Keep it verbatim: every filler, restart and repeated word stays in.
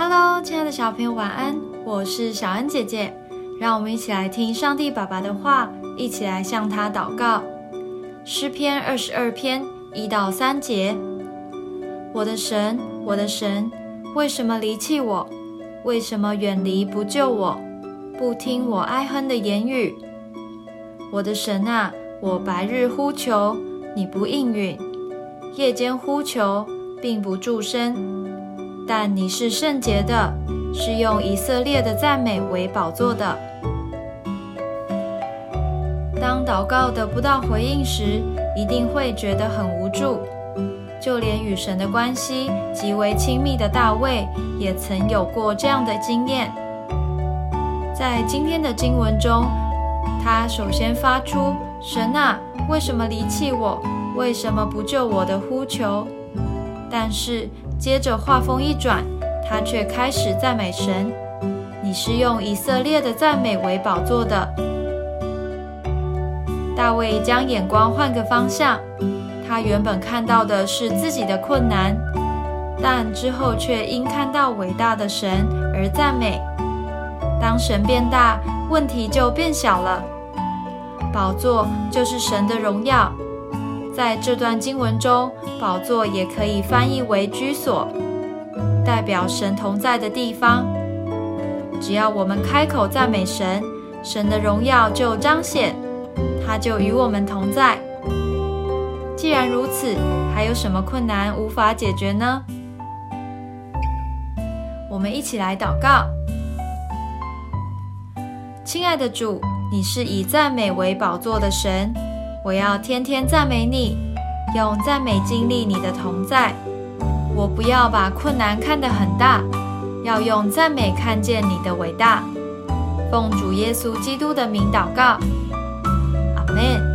Hello， 亲爱的小朋友，晚安！我是小恩姐姐，让我们一起来听上帝爸爸的话，一起来向他祷告。诗篇二十二篇一到三节：我的神，我的神，为什么离弃我？为什么远离不救我？不听我哀哼的言语？我的神啊，我白日呼求，你不应允；夜间呼求，并不住声。但你是圣洁的，是用以色列的赞美为宝座的。当祷告得不到回应时，一定会觉得很无助。就连与神的关系极为亲密的大卫，也曾有过这样的经验。在今天的经文中，他首先发出“神啊，为什么离弃我？为什么不救我”的呼求，但是接着话锋一转，他却开始赞美神：你是用以色列的赞美为宝座的。大卫将眼光换个方向，他原本看到的是自己的困难，但之后却因看到伟大的神而赞美。当神变大，问题就变小了。宝座就是神的荣耀。在这段经文中，宝座也可以翻译为居所，代表神同在的地方。只要我们开口赞美神，神的荣耀就彰显，他就与我们同在。既然如此，还有什么困难无法解决呢？我们一起来祷告。亲爱的主，你是以赞美为宝座的神，我要天天赞美你，用赞美经历你的同在。我不要把困难看得很大，要用赞美看见你的伟大。奉主耶稣基督的名祷告，阿们。